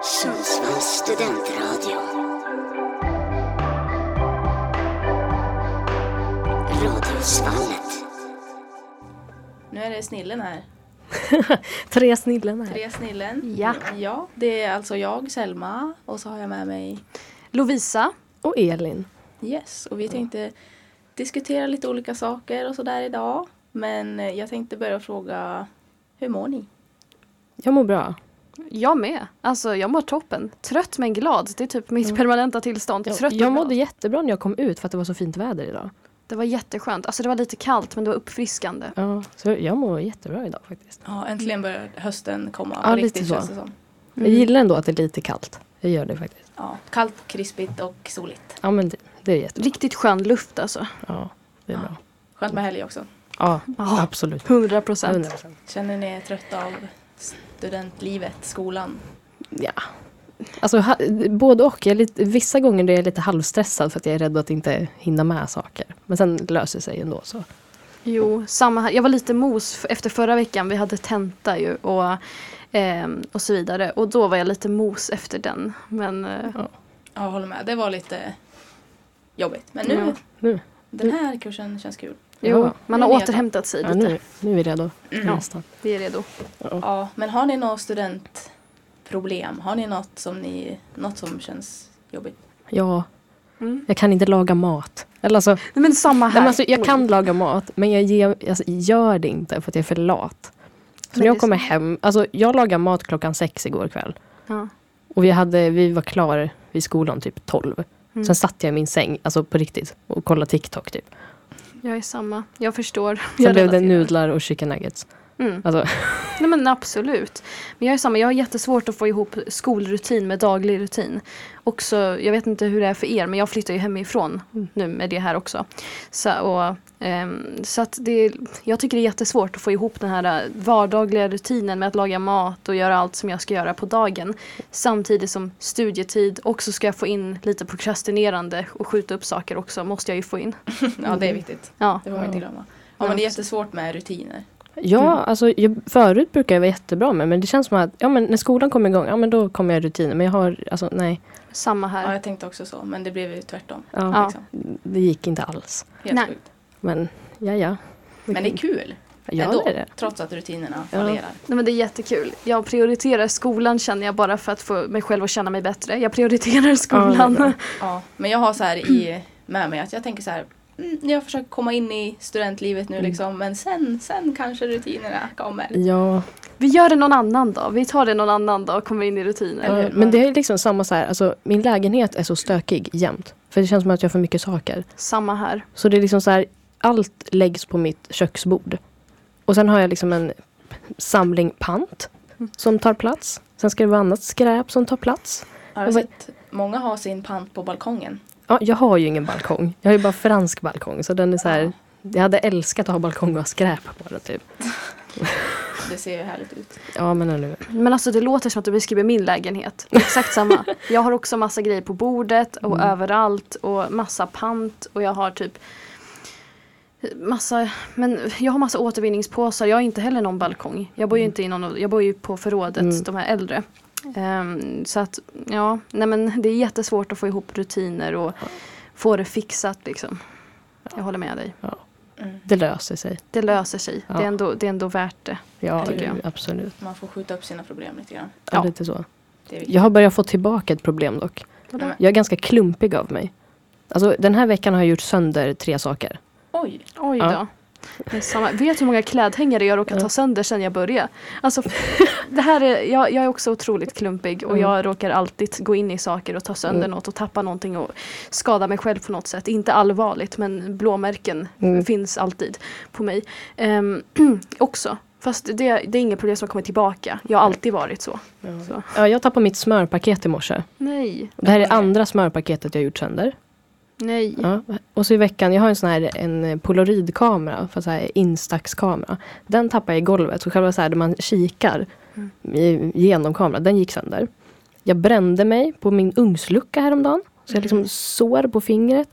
Sundsvalls studentradio. Radiosvallet. Nu är det snillen här. Tre snillen här. Tre snillen. Ja. Ja, det är alltså jag, Selma. Och så har jag med mig Lovisa. Och Elin. Yes. Och vi tänkte diskutera lite olika saker och sådär idag. Men jag tänkte börja fråga, hur mår ni? Jag mår bra. Jag med. Alltså jag mår toppen. Trött men glad. Det är typ mitt permanenta tillstånd. Trött och Jag glad. mådde jättebra när jag kom ut för att det var så fint väder idag. Det var jätteskönt. Alltså det var lite kallt men det var uppfriskande. Ja, så jag mår jättebra idag faktiskt. Ja, äntligen börjar hösten komma. Ja, på lite riktigt så. känns det som. Jag gillar ändå att det är lite kallt. Jag gör det faktiskt. Ja, kallt, krispigt och soligt. Ja, men det är jättebra. Riktigt skön luft alltså. Ja, det är bra. Skönt med helg också. Ja, Ja. absolut. 100%. 100%. Känner ni er trötta av studentlivet, skolan? Ja. Alltså både och. Jag är lite, vissa gånger är jag lite halvstressad för att jag är rädd att inte hinna med saker. Men sen löser sig ändå så. Jo, samma här. Jag var lite mos efter förra veckan. Vi hade tenta ju och så vidare. Och då var jag lite mos efter den. Men Ja, jag håller med. Det var lite jobbigt. Men Nu. den här kursen känns kul. jo, Ja. man Nu har är ni återhämtat sig Ja, lite. nu är vi redo. Mm. Nästan. Vi är redo. Ja, men har ni något studentproblem? Har ni något som känns jobbigt? Ja, Mm. jag kan inte laga mat. Eller alltså, Nej, men samma här. nej, men alltså, jag kan laga mat, men jag gör det inte för att jag är för lat. Så Men när jag det är kommer så. hem, alltså jag lagade mat 6:00 igår kväll. Ja. Och vi var klara vid skolan typ 12. Mm. Sen satt jag i min säng, alltså på riktigt, och kollade TikTok typ. Jag är samma. Jag förstår. Sen Jag blev det relaterar. nudlar och chicken nuggets. Mm. Alltså, Nej men absolut. Men jag är samma. Jag har jättesvårt att få ihop skolrutin med daglig rutin. Också, jag vet inte hur det är för er, men jag flyttar ju hemifrån nu med det här också. Så att jag tycker det är jättesvårt att få ihop den här vardagliga rutinen med att laga mat och göra allt som jag ska göra på dagen. Samtidigt som studietid, och så ska jag få in lite prokrastinerande och skjuta upp saker också, måste jag ju få in. Ja, det är viktigt. Ja. Det får man inte glömma. Ja, men det är jättesvårt med rutiner. ja, alltså förut brukar jag vara jättebra med, men det känns som att men när skolan kommer igång, men då kommer jag rutiner. Men jag har, alltså nej, Samma här. Ja, jag tänkte också så. Men det blev ju tvärtom. ja, Liksom. det gick inte alls. Helt Nej. sjukt. Men ja. Men det är kul. Ja, ändå, det är det. Trots att rutinerna Ja. fallerar. Nej, men det är jättekul. Jag prioriterar skolan, känner jag, bara för att få mig själv att känna mig bättre. Jag prioriterar Ja, det är skolan. bra. Ja, men jag har så här med mig att jag tänker så här. Jag försöker komma in i studentlivet nu liksom. Men sen kanske rutinerna kommer. Ja. Vi gör det någon annan dag. Vi tar det någon annan dag och kommer in i rutiner. Eller Ja, hur? men det är liksom samma så här, alltså min lägenhet är så stökig jämt. För det känns som att jag har för mycket saker. Samma här. Så det är liksom så här, allt läggs på mitt köksbord. Och sen har jag liksom en samling pant som tar plats. Sen ska det vara annat skräp som tar plats. Jag har sett många har sin pant på balkongen. Ja, jag har ju ingen balkong. Jag har ju bara fransk balkong. Så den är så här, jag hade älskat att ha balkong och ha skräp på det typ. Det ser ju härligt ut. Ja, men eller Men alltså det låter som att du beskriver min lägenhet. Exakt samma. Jag har också massa grejer på bordet och överallt. Och massa pant. Och jag har typ jag har massa återvinningspåsar. Jag har inte heller någon balkong. Jag bor ju inte jag bor ju på förrådet, de här äldre. Så att, ja, nej men det är jättesvårt att få ihop rutiner och få det fixat liksom. Jag håller med dig. det löser sig. Det löser sig. Ja. Det är ändå värt det. Ja, tycker jag. absolut. Man får skjuta upp sina problem lite grann. Ja, Ja. lite så. Det är viktigt. Jag har börjat få tillbaka ett problem dock. Vadå? Jag är ganska klumpig av mig. Alltså den här veckan har jag gjort sönder 3 saker. Oj. Oj Ja. då. Det är samma. Vet du hur många klädhängare jag råkar ta sönder sedan jag började? Alltså, det här jag är också otroligt klumpig och jag råkar alltid gå in i saker och ta sönder något och tappa någonting och skada mig själv på något sätt. Inte allvarligt, men blåmärken finns alltid på mig. Också. Fast det är inget problem som kommer tillbaka. Jag har alltid varit så. Ja, jag tappade mitt smörpaket i morse. Nej. Det här är andra smörpaketet jag gjort sönder. Nej. Ja. Och så i veckan, jag har en polaroidkamera, för så här instaxkamera. Den tappade jag i golvet, så själva så här där man kikar genom kameran, den gick sönder. Jag brände mig på min ugnslucka häromdagen, så jag liksom sår på fingret.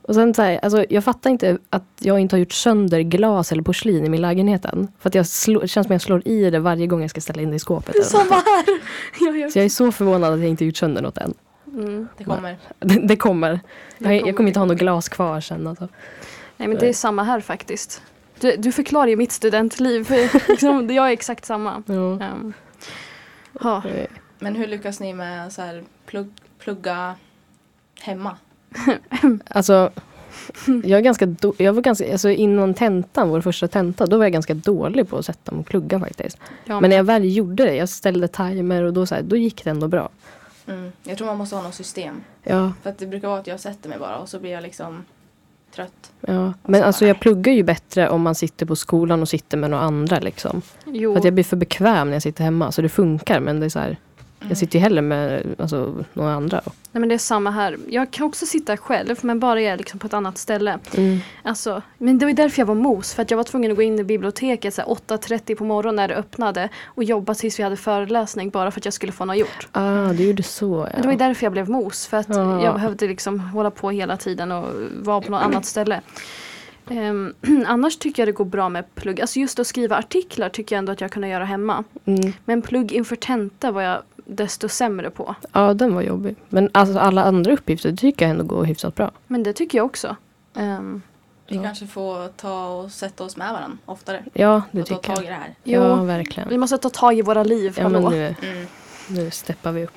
Och sen så här, alltså, jag fattar inte att jag inte har gjort sönder glas eller porslin i min lägenhet än. För att det känns som att jag slår i det varje gång jag ska ställa in det i skåpet. Det är samma här. Så jag är så förvånad att jag inte gjort sönder något än. Det kommer. Det kommer. Jag kommer inte ha något glas kvar sen. Alltså. Nej, men det är samma här faktiskt. Du förklarar ju mitt studentliv. Liksom, jag är exakt samma. Ja. Men hur lyckas ni med så här plugga hemma? Alltså, jag var ganska alltså, innan tentan, vår första tenta, då var jag ganska dålig på att sätta mig och plugga faktiskt. Men när jag väl gjorde det, jag ställde timer och då gick det ändå bra. Jag tror man måste ha något system. Ja. För att det brukar vara att jag sätter mig bara och så blir jag liksom trött. Ja, men alltså jag pluggar ju bättre om man sitter på skolan och sitter med några andra liksom. Jo. För att jag blir för bekväm när jag sitter hemma, så det funkar, men det är så här, jag sitter ju hellre med några andra. Nej, men det är samma här. Jag kan också sitta själv, men bara jag liksom på ett annat ställe. Alltså, men det var därför jag var mos. För att jag var tvungen att gå in i biblioteket 8:30 på morgonen när det öppnade. Och jobba tills vi hade föreläsning bara för att jag skulle få något gjort. Du gjorde så, ja. Det var därför jag blev mos. För att jag behövde liksom hålla på hela tiden och vara på något annat ställe. Annars tycker jag det går bra med plugg. Alltså just att skriva artiklar tycker jag ändå att jag kunde göra hemma. Men plugg inför tenta var jag desto sämre på. Ja, den var jobbig. Men alltså, alla andra uppgifter tycker jag ändå går hyfsat bra. Men det tycker jag också. Vi kanske får ta och sätta oss med varandra oftare. Ja, det och tycker ta tag i det här. Ja, verkligen. Vi måste ta tag i våra liv. Ja, men nu steppar vi upp.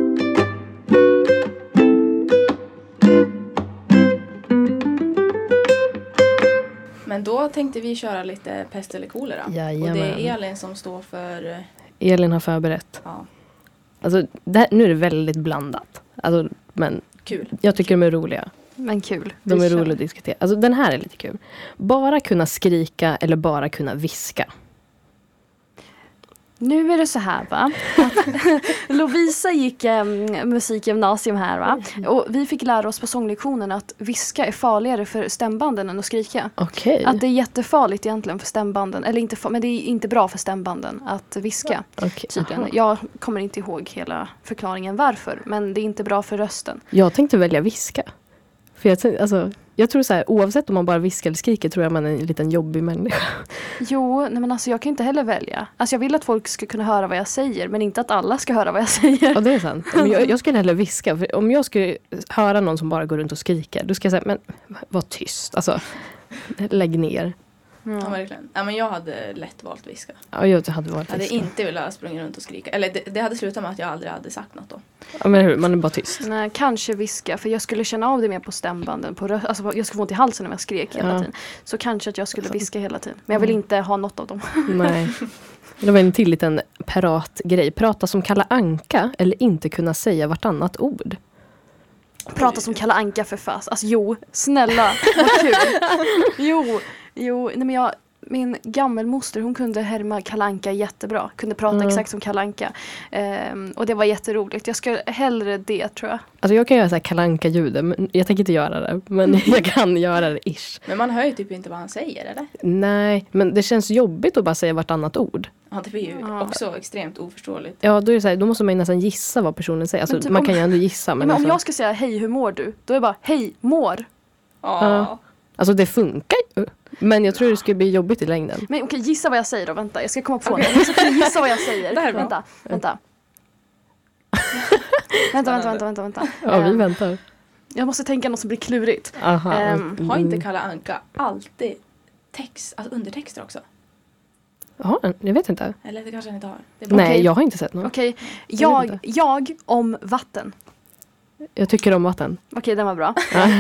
Men då tänkte vi köra lite pest eller kolera. Jajamän. Och det är Elin som står för... Elin har förberett. Ja. Alltså, nu är det väldigt blandat. Alltså, men kul. Jag tycker de är roliga. Men kul. De är roliga att diskutera. Alltså, den här är lite kul. Bara kunna skrika eller bara kunna viska. Nu är det så här, va? Lovisa gick musikgymnasium här, va? Och vi fick lära oss på sånglektionen att viska är farligare för stämbanden än att skrika. Okej. Att det är jättefarligt egentligen för stämbanden. Eller inte men det är inte bra för stämbanden att viska. Tydligen. Jag kommer inte ihåg hela förklaringen varför. Men det är inte bra för rösten. Jag tänkte välja viska. För jag tror så här, oavsett om man bara viskar eller skriker, tror jag man är en liten jobbig människa. Jo, nej men alltså jag kan inte heller välja. Alltså jag vill att folk ska kunna höra vad jag säger, men inte att alla ska höra vad jag säger. Ja, det är sant. Men jag skulle hellre viska. För om jag skulle höra någon som bara går runt och skriker, då ska jag säga, men var tyst. Alltså, lägg ner. Ja, verkligen. Ja, men jag hade lätt valt viska. Ja, jag hade valt viska. Jag hade inte velat springa runt och skrika. Eller det hade slutat med att jag aldrig hade sagt något då. Ja, men hur? Man är bara tyst. Nej, kanske viska. För jag skulle känna av det mer på stämbanden. Alltså jag skulle få ont i halsen om jag skrek hela tiden. Så kanske att jag skulle viska hela tiden. Men jag vill inte ha något av dem. Nej. Det var en till liten piratgrej. Prata som Kalle Anka eller inte kunna säga vartannat ord. Prata som Kalle Anka för fast. Alltså snälla, vad kul. Jo, nej men min gammelmoster, hon kunde härma Kalle Anka jättebra. Kunde prata exakt som Kalle Anka. Och det var jätteroligt. Jag skulle hellre det, tror jag. Alltså jag kan göra så här Kalle Anka-ljud, men jag tänker inte göra det. Men jag kan göra det, ish. Men man hör ju typ inte vad han säger, eller? Nej, men det känns jobbigt att bara säga vartannat ord. Ja, det blir ju också extremt oförståeligt. Ja, då är det så här, då måste man ju nästan gissa vad personen säger. Alltså, typ man kan ju ändå gissa. Men om jag ska säga, hej, hur mår du? Då är det bara, hej, mår. Ja. Alltså det funkar ju. Men jag tror det skulle bli jobbigt i längden. Men okej, gissa vad jag säger då. Vänta, jag ska komma på det. Jag ska gissa vad jag säger. Det här är bra. Vänta. Ja, vi väntar. Jag måste tänka något som blir klurigt. Har inte Kalle Anka alltid text, alltså undertexter också? Ja, jag vet inte. Eller det kanske han inte har. Nej, jag har inte sett någon. Okej, jag om vatten. Jag tycker om vatten. Okej, den var bra.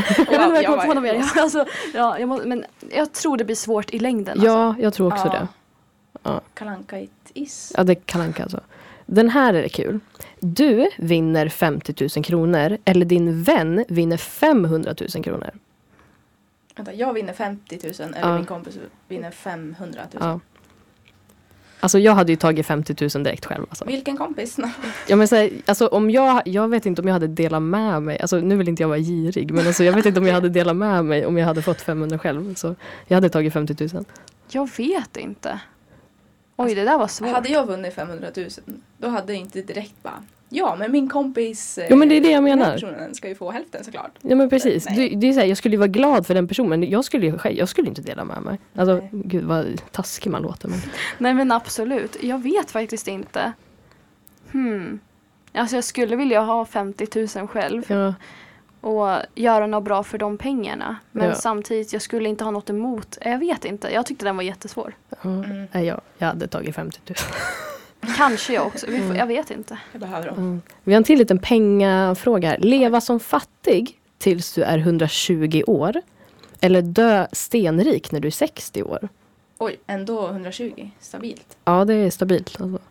Men jag tror det blir svårt i längden. Ja, alltså. jag tror också det. Ja. Kalle Anka it is. Ja, det är Kalle Anka alltså. Den här är det kul. Du vinner 50 000 kronor eller din vän vinner 500 000 kronor. Vänta, jag vinner 50 000 eller min kompis vinner 500 000. Ja. Alltså jag hade ju tagit 50 000 direkt själv. Alltså. Vilken kompis? Ja, men så här, alltså om jag vet inte om jag hade delat med mig. Alltså nu vill inte jag vara girig. Men alltså, jag vet inte om jag hade delat med mig om jag hade fått 500 själv. Så jag hade tagit 50 000. Jag vet inte. Oj, det där var svårt. Hade jag vunnit 500 000, då hade jag inte direkt bara Ja, men min kompis... Jo, men det är det jag den här menar. personen ska ju få hälften såklart. Ja, men precis. Nej. Det är så här, jag skulle ju vara glad för den personen, men jag skulle inte dela med mig. Alltså, gud vad taskig man låter. Men... Nej men absolut. Jag vet faktiskt inte. Alltså jag skulle vilja ha 50 000 själv. Ja. Och göra något bra för de pengarna. Men Ja. samtidigt, jag skulle inte ha något emot. Jag vet inte. Jag tyckte den var jättesvår. Nej, jag hade tagit 50 000. Kanske jag också. Jag vet inte. Jag behöver dem. Vi har en till liten pengafråga här. Leva som fattig tills du är 120 år. Eller dö stenrik när du är 60 år. Oj, ändå 120. Stabilt. Ja, det är stabilt. Alltså.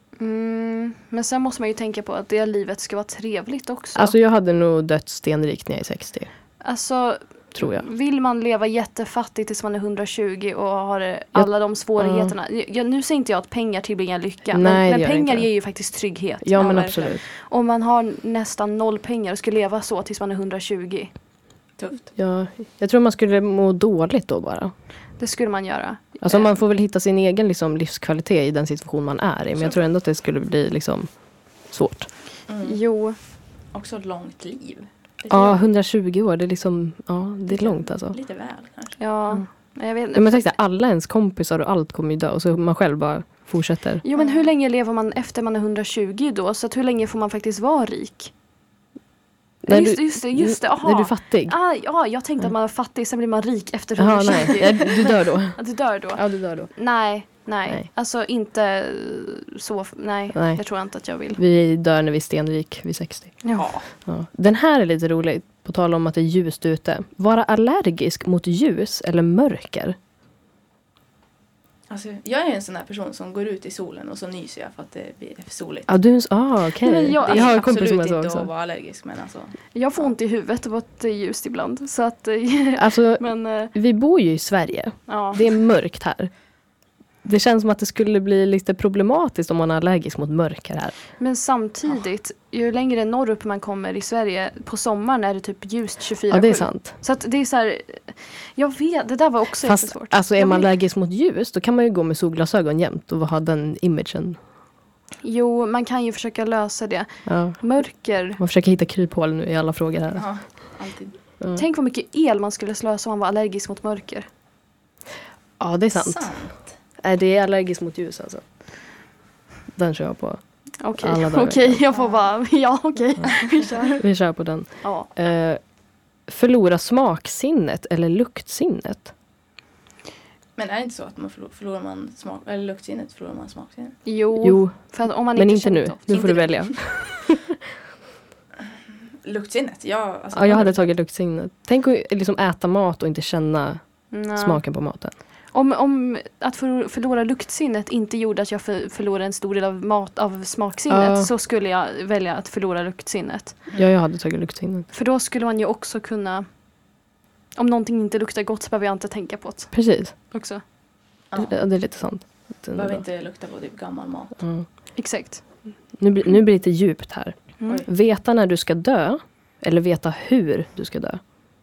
Men sen måste man ju tänka på att det livet ska vara trevligt också. Alltså jag hade nog dött stenrik när jag är 60. Alltså, tror jag. Vill man leva jättefattigt tills man är 120 och har alla de svårigheterna. Nu säger inte jag att pengar tillbringar lycka. Nej, men det gör pengar inte. ger ju faktiskt trygghet. Ja, men verkligen. absolut. Om man har nästan 0 pengar och ska leva så tills man är 120. Tufft. Ja, jag tror man skulle må dåligt då bara. Det skulle man göra. Alltså man får väl hitta sin egen liksom, livskvalitet i den situation man är i. Men jag tror ändå att det skulle bli liksom, svårt. Jo. Också ett långt liv. Ja, 120 år, det är liksom, ja, det är långt alltså. Lite väl kanske. Ja, jag vet Ja, inte. men tänk så här, alla ens kompisar och allt kommer ju dö och så man själv bara fortsätter. Jo, men hur länge lever man efter man är 120 då? Så att hur länge får man faktiskt vara rik? När Just det. Aha. När du är fattig. Ja, jag tänkte att man var fattig, sen blir man rik efter Jaha, 120. nej. Ja, du dör då. Att du dör då? Ja, du dör då. Nej. Alltså inte så, nej. Nej. Det tror jag inte att jag vill. Vi dör när vi är stenrik vid 60. Ja. Ja. Den här är lite rolig, på tal om att det är ljust ute. Vara allergisk mot ljus eller mörker? Alltså, jag är en sån här person som går ut i solen och så nyser jag för att det blir för soligt. Ja, du okej. Nej, jag Det har är en kompis som är absolut så inte också. att vara allergisk, men alltså... Jag får ont i huvudet av att det är ljust ibland. Så att, Alltså, men vi bor ju i Sverige. ja. Det är mörkt här. Det känns som att det skulle bli lite problematiskt om man är allergisk mot mörker här. Men samtidigt, ju längre norrut man kommer i Sverige, på sommaren är det typ ljust 24/7. Ja, det är sant. Så att det är så här, jag vet, det där var också Fast jättesvårt. alltså, är Jag man vet- allergisk mot ljus, då kan man ju gå med solglasögon jämt och ha den imagen. Jo, man kan ju försöka lösa det. Ja. Mörker. Man försöker hitta kryphål nu i alla frågor här. Ja, alltid. Tänk vad mycket el man skulle slösa om man var allergisk mot mörker. Ja, det är sant. Nej, det är allergisk mot ljus alltså. Den kör jag på. Alla dagar. Okej, jag får bara, vi kör. Vi kör på den. Ja. Förlora smaksinnet eller luktsinnet? Men är det inte så att man förlorar man smak, eller luktsinnet förlorar man smaksinnet? Jo, för att om man men inte känner nu. doft. Nu får Inte du nu. välja. Luktsinnet? Ja, alltså, Ja, jag hade tagit luktsinnet. Tänk att liksom äta mat och inte känna Nej. smaken på maten. Om att förlora luktsinnet inte gjorde att jag förlorade en stor del av smaksinnet, så skulle jag välja att förlora luktsinnet. Ja, jag hade tagit luktsinnet. För då skulle man ju också kunna, om någonting inte luktar gott så behöver jag inte tänka på det Precis. också. Ja. Det är lite sant. Behöver inte lukta på typ gammal mat. Ja. Exakt. Nu blir det lite djupt här. Mm. Veta när du ska dö eller veta hur du ska dö?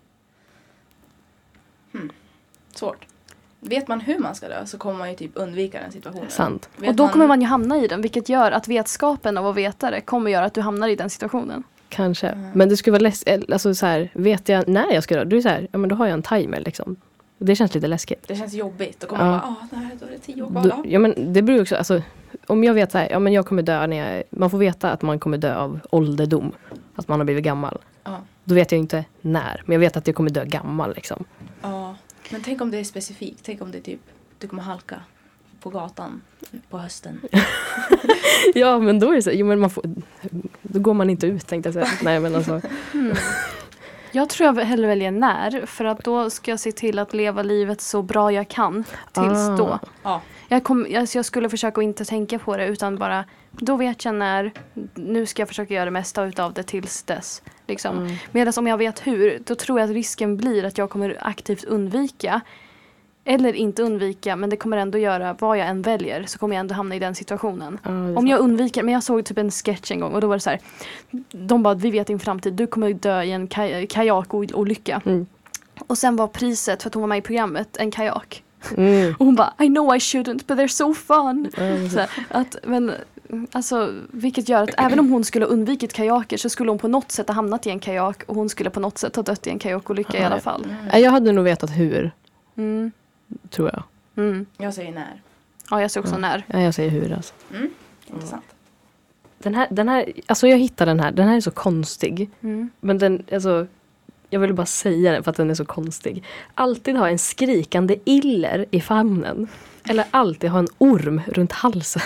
Svårt. Vet man hur man ska dö så kommer man ju typ undvika den situationen. Sant. Vet Och då kommer man ju hamna i den, vilket gör att vetskapen av att veta det kommer göra att du hamnar i den situationen. Kanske. Men det skulle vara alltså så här, vet jag när jag ska dö? Då är det så här, ja men då har jag en timer liksom. Det känns lite läskigt. Det känns jobbigt. Då kommer Ja. man bara, nej, då är det 10 år kvar. Ja men det beror också, alltså om jag vet så här, ja men jag kommer dö när man får veta att man kommer dö av ålderdom. Att man har blivit gammal. Ja. Då vet jag inte när, men jag vet att jag kommer dö gammal liksom. Ja. Men tänk om det är specifikt. Tänk om det är typ, du kommer halka på gatan på hösten. Ja men då är det så, jo men då går man inte ut tänkte jag säga. Nej men alltså. Jag tror jag hellre väljer när, för att då ska jag se till att leva livet så bra jag kan tills då. Ja. Jag skulle försöka att inte tänka på det utan bara, då vet jag när, nu ska jag försöka göra det mesta utav det tills dess. Liksom. Medan om jag vet hur, då tror jag att risken blir att jag kommer aktivt undvika, eller inte undvika, men det kommer ändå göra, vad jag än väljer så kommer jag ändå hamna i den situationen. Om jag undviker, men jag såg typ en sketch en gång och då var det så här, de bara, vi vet din framtid, du kommer dö i en kajakolycka. Och sen var priset, för att hon var med i programmet, en kajak. Och hon bara, I know I shouldn't, but they're so fun. Så här, men alltså, vilket gör att även om hon skulle ha undvikit kajaker så skulle hon på något sätt ha hamnat i en kajak och hon skulle på något sätt ha dött i en kajakolycka i alla fall. Jag hade nog vetat hur. Tror jag. Jag säger när. Ja, jag säger också när. Ja, jag säger hur alltså. Intressant. Den här, alltså jag hittade den här. Den här är så konstig. Men den, alltså, jag vill bara säga den för att den är så konstig. Alltid ha en skrikande iller i famnen. Eller alltid ha en orm runt halsen.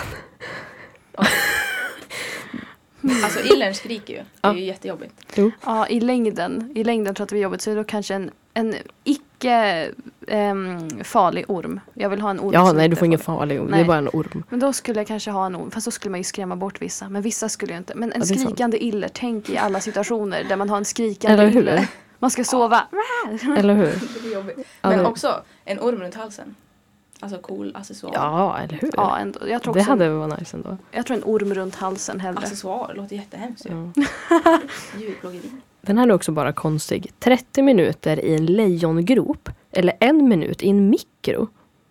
Alltså illern skriker ju. Det är ju jättejobbigt. Jo. Ja, i längden tror jag att det blir jobbigt. Så är det då kanske en icke farlig orm. Jag vill ha en orm. Ja, som nej, inte du får är ingen farlig. farlig orm. Nej. Det är bara en orm. Men då skulle jag kanske ha en orm. Fast då skulle man ju skrämma bort vissa. Men vissa skulle ju inte. Men en Ja, det är sant. skrikande iller. Tänk i alla situationer där man har en skrikande Eller hur? iller. Man ska sova. Eller hur? Det är jobbigt. Ja, Men det- också en orm runt halsen. Alltså cool accessoar. Ja, eller hur? Ja, ändå. Jag tror Det också hade varit nice ändå. jag tror en orm runt halsen hellre. Accessoar låter jättehemskt ju. Ja. Djurplågeri. Den här är också bara konstig. 30 minuter i en lejongrop. Eller 1 minut i en mikro.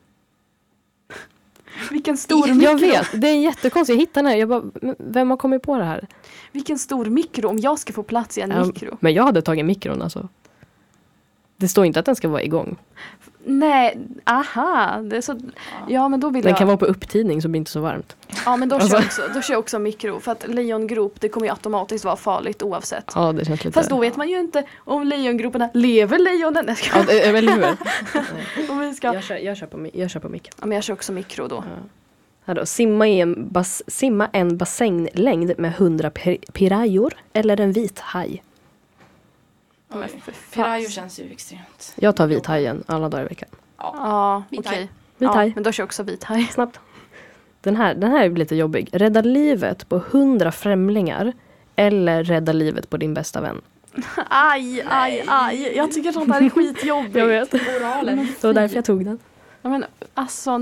Vilken stor mikro. Jag vet, det är jättekonstigt. Jag hittade den här. Jag bara, men vem har kommit på det här? Vilken stor mikro om jag ska få plats i en mikro. Men jag hade tagit mikron alltså. Det står inte att den ska vara igång. Nej, aha. Det är så, ja, men då vill Den jag... kan vara på upptidning så blir det inte så varmt. Ja, men då Alltså. kör jag också mikro. För att lejongrop, det kommer ju automatiskt vara farligt oavsett. Ja, det känns lite... Fast då vet man ju inte om lejongroparna lever lejonen. Nej, Ja, eller hur? om vi ska... Jag kör på mikron. Ja, men jag kör också mikro då. Här då, simma en bassänglängd med 100 pirajor eller en vit haj. Oj. Pirayo känns ju extremt. Jag tar vit hajen alla dagar i veckan. Ja, Vit okej. haj. Vit haj. Men då kör jag också vit haj. Snabbt. Den här är lite jobbig. Rädda livet på 100 främlingar eller rädda livet på din bästa vän. Aj. Jag tycker sånt här är skitjobbigt. Jag vet. Moralen. Det var därför jag tog den. Ja, men alltså...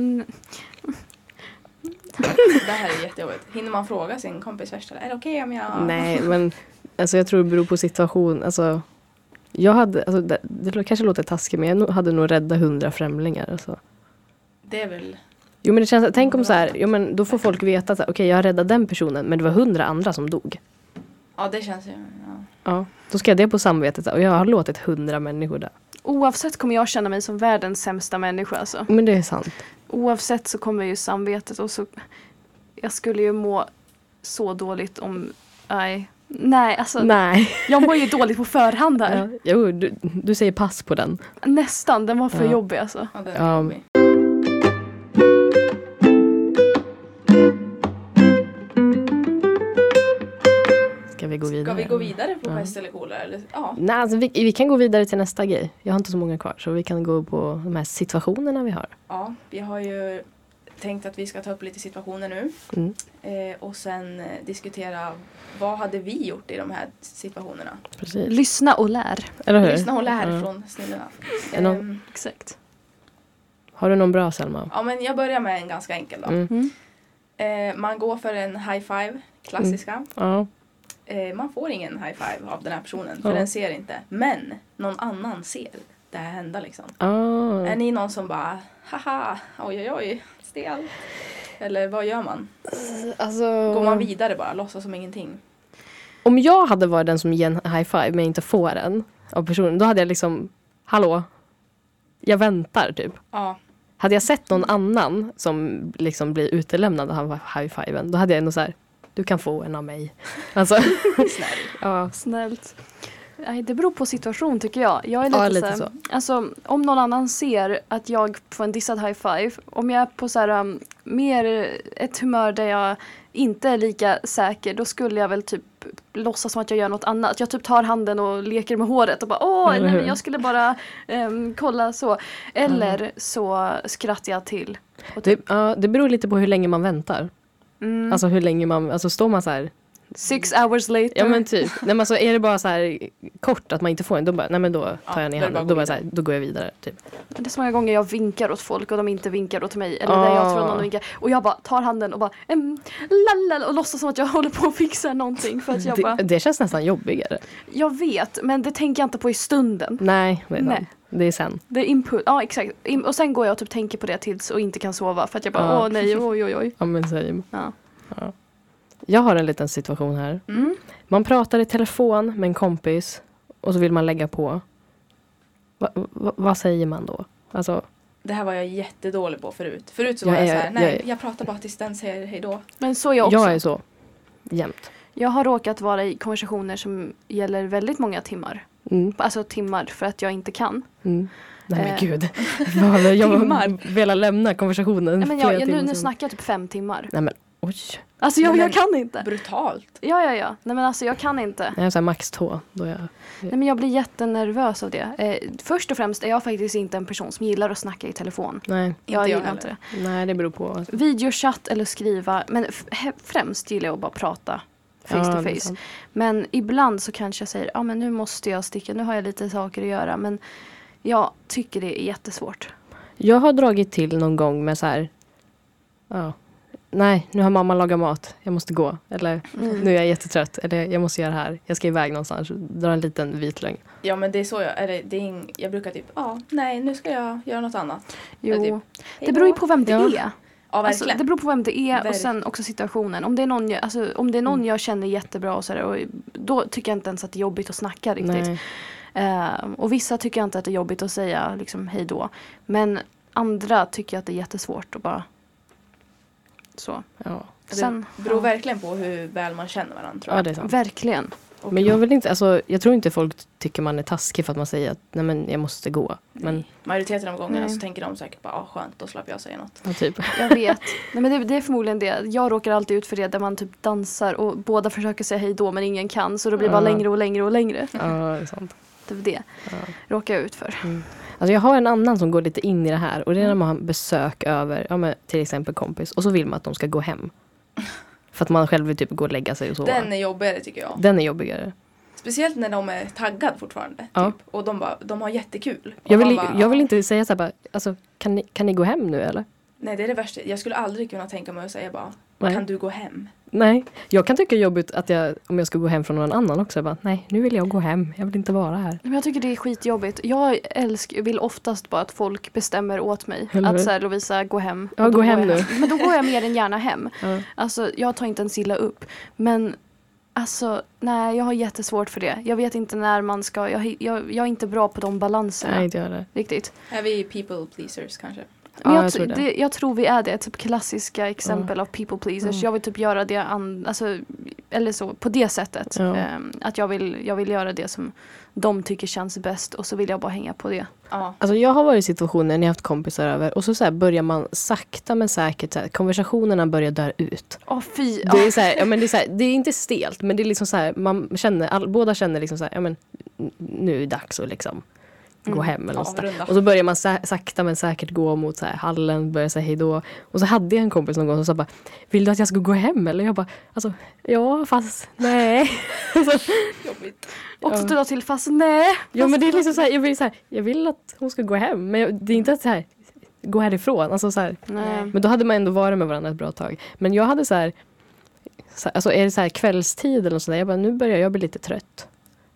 Det här är jättejobbigt. Hinner man fråga sin kompis först? Eller är det okej om jag... Nej, men alltså, jag tror det beror på situation. Alltså, jag hade, alltså, det kanske låter taskigt, men jag hade nog rädda 100 främlingar. Alltså. Det är väl... Jo, men det känns, tänk om så här, jo, men då får folk veta att okej, jag räddade den personen, men det var 100 andra som dog. Ja, det känns ju... Ja. Ja, då ska jag det på samvetet och jag har låtit 100 människor där. Oavsett kommer jag känna mig som världens sämsta människa. Alltså. Men det är sant. Oavsett så kommer ju samvetet och så... Jag skulle ju må så dåligt om... Nej, alltså... Nej. Jag mår ju dåligt på förhand här. Ja, jo, du säger pass på den. Nästan, den var för Ja. jobbig alltså. Ja, det är jobbigt. Ska vi gå vidare? Ska vi gå vidare på pest eller kolera? Eller? Ja. Nej, alltså, vi kan gå vidare till nästa grej. Jag har inte så många kvar, så vi kan gå på de här situationerna vi har. Ja, vi har ju tänkt att vi ska ta upp lite situationer nu. Mm. Och sen diskutera vad hade vi gjort i de här situationerna. Precis. Lyssna och lär. Eller hur? Lyssna och lär Ja. från snillena. Är någon- Exakt. Har du någon bra, Selma? Ja, men jag börjar med en ganska enkel då. Mm. Man går för en high five, klassiska. Ja. Man får ingen high five av den här personen, för Ja. den ser inte. Men någon annan ser det här hända liksom. Ah. Är ni någon som bara, haha, oj, stel? Eller vad gör man? Alltså, Går man vidare bara, låtsas som ingenting? om jag hade varit den som ger en high five men inte får en av personen, då hade jag liksom, hallå, jag väntar typ. Ja, Hade jag sett någon annan som liksom blir utelämnad av high-fiven, då hade jag ändå så här, du kan få en av mig. Alltså, snäll. ja. Snällt. Nej, det beror på situation tycker jag. Jag är Ja, lite, lite så här, alltså om någon annan ser att jag får en dissad high five, om jag är på så här, mer ett humör där jag inte är lika säker, då skulle jag väl typ låtsas som att jag gör något annat. Jag typ tar handen och leker med håret och bara, nej, men jag skulle bara kolla så. Eller så skrattar jag till. Och typ, Det beror lite på hur länge man väntar. mm, Alltså hur länge man, alltså står man så här, 6 hours later. ja men typ, nej men alltså är det bara så här kort att man inte får en, då bara, nej men då tar jag ner då är det bara handen, att då gå bara så här, då går jag vidare typ. Det är så många gånger jag vinkar åt folk och de inte vinkar åt mig. Eller där jag tror någon vinkar. Och jag bara tar handen och bara lalala, och låtsas som att jag håller på att fixa någonting. För att jag bara, Det känns nästan jobbigare. jag vet, men det tänker jag inte på i stunden. Nej, det är sant. Nej. Det är sen. Det är input, ja exakt. Och sen går jag och typ tänker på det tills och inte kan sova. För att jag bara, Ja. nej, oj. Ja men säger man. Ja. Jag har en liten situation här. Man pratar i telefon med en kompis och så vill man lägga på. Vad säger man då? Alltså, det här var jag jättedålig på förut. Förut så var jag så här, jag pratar bara tills den säger hej då. Men så är jag också. Jag är så. Jämt. Jag har råkat vara i konversationer som gäller väldigt många timmar. Alltså timmar för att jag inte kan. Nej men gud. Jag vill lämna konversationen. Nej, men nu snackar jag typ 5 timmar. Nej men oj. Alltså jag kan inte. Brutalt. Ja. Nej men alltså jag kan inte. Jag är så här max 2. Nej men jag blir jättenervös av det. Först och främst är jag faktiskt inte en person som gillar att snacka i telefon. Nej. Jag gillar inte det. Nej, det beror på. Videochatt eller skriva. Men främst gillar jag att bara prata face to face. Men ibland så kanske jag säger, men nu måste jag sticka. Nu har jag lite saker att göra. Men jag tycker det är jättesvårt. Jag har dragit till någon gång med så här. Nej, nu har mamma lagat mat. Jag måste gå. Eller nu är jag jättetrött. Eller jag måste göra det här. Jag ska iväg någonstans. Dra en liten vit lögn. Ja, men det är så jag brukar typ, nej, nu ska jag göra något annat. Jo, typ, det beror ju på vem det är. Ja, verkligen. Alltså, det beror på vem det är och sen också situationen. Om det är någon, jag känner jättebra och sådär, och då tycker jag inte ens att det är jobbigt att snacka riktigt. Och vissa tycker jag inte att det är jobbigt att säga liksom hej då. Men andra tycker jag att det är jättesvårt att bara så. Ja. Det beror verkligen på hur väl man känner varandra, tror jag. Ja, det är sant. Verkligen. Men jag tror inte folk tycker man är taskig för att man säger att nej men jag måste gå. Men majoriteten av gångerna så tänker de säkert bara skönt, då slapp jag säga något. Ja, typ. Jag vet. Nej, men det är förmodligen det. Jag råkar alltid ut för det där man typ dansar och båda försöker säga hej då men ingen kan, så då blir det bara längre och längre och längre. Ja, det är sant. Det är det. Råkar jag ut för. Alltså jag har en annan som går lite in i det här, och det är när man har besök över till exempel kompis, och så vill man att de ska gå hem. För att man själv vill typ gå och lägga sig och sova. Den är jobbigare, tycker jag. Den är jobbigare. Speciellt när de är taggade fortfarande. Ja. Typ. Och de har jättekul. Och jag vill inte säga så här bara, alltså, kan ni gå hem nu eller? Nej, det är det värsta. Jag skulle aldrig kunna tänka mig att säga bara, kan du gå hem? Nej, jag kan tycka jobbigt att om jag ska gå hem från någon annan också. Bara, nej, nu vill jag gå hem. Jag vill inte vara här. Men jag tycker det är skitjobbigt. Jag vill oftast bara att folk bestämmer åt mig. Att så här, Lovisa, gå hem. Ja, gå hem nu. Men då går jag mer än gärna hem. Alltså, jag tar inte ens illa upp. Men alltså, nej, jag har jättesvårt för det. Jag vet inte när man ska. Jag är inte bra på de balanserna. Nej, inte jag det. Riktigt. Är vi people pleasers kanske? Men jag tror vi är det. Typ klassiska exempel av people pleasers. Jag vill typ göra det eller så, på det sättet. Att jag vill göra det som de tycker känns bäst, och så vill jag bara hänga på det. Alltså jag har varit i situationer när jag haft kompisar över, och så börjar man sakta men säkert så här, konversationerna börjar dö ut. Fy. Det är så här, men det är så här, det är inte stelt, men det är liksom så här, man känner båda känner liksom så här, men nu är det dags att liksom gå hem eller något. Och så börjar man sakta men säkert gå mot så här hallen, börjar säga hej då. Och så hade jag en kompis någon gång som sa bara, vill du att jag ska gå hem? Eller jag bara, alltså, ja fast nej. Jobbigt. Och så till fast nej. Ja, men det är liksom så här, jag vill att hon ska gå hem, men det är inte att så här gå härifrån, alltså så här. Men då hade man ändå varit med varandra ett bra tag. Men jag hade så här, alltså är det så här kvällstid eller något sånt där, jag bara, nu börjar jag bli lite trött.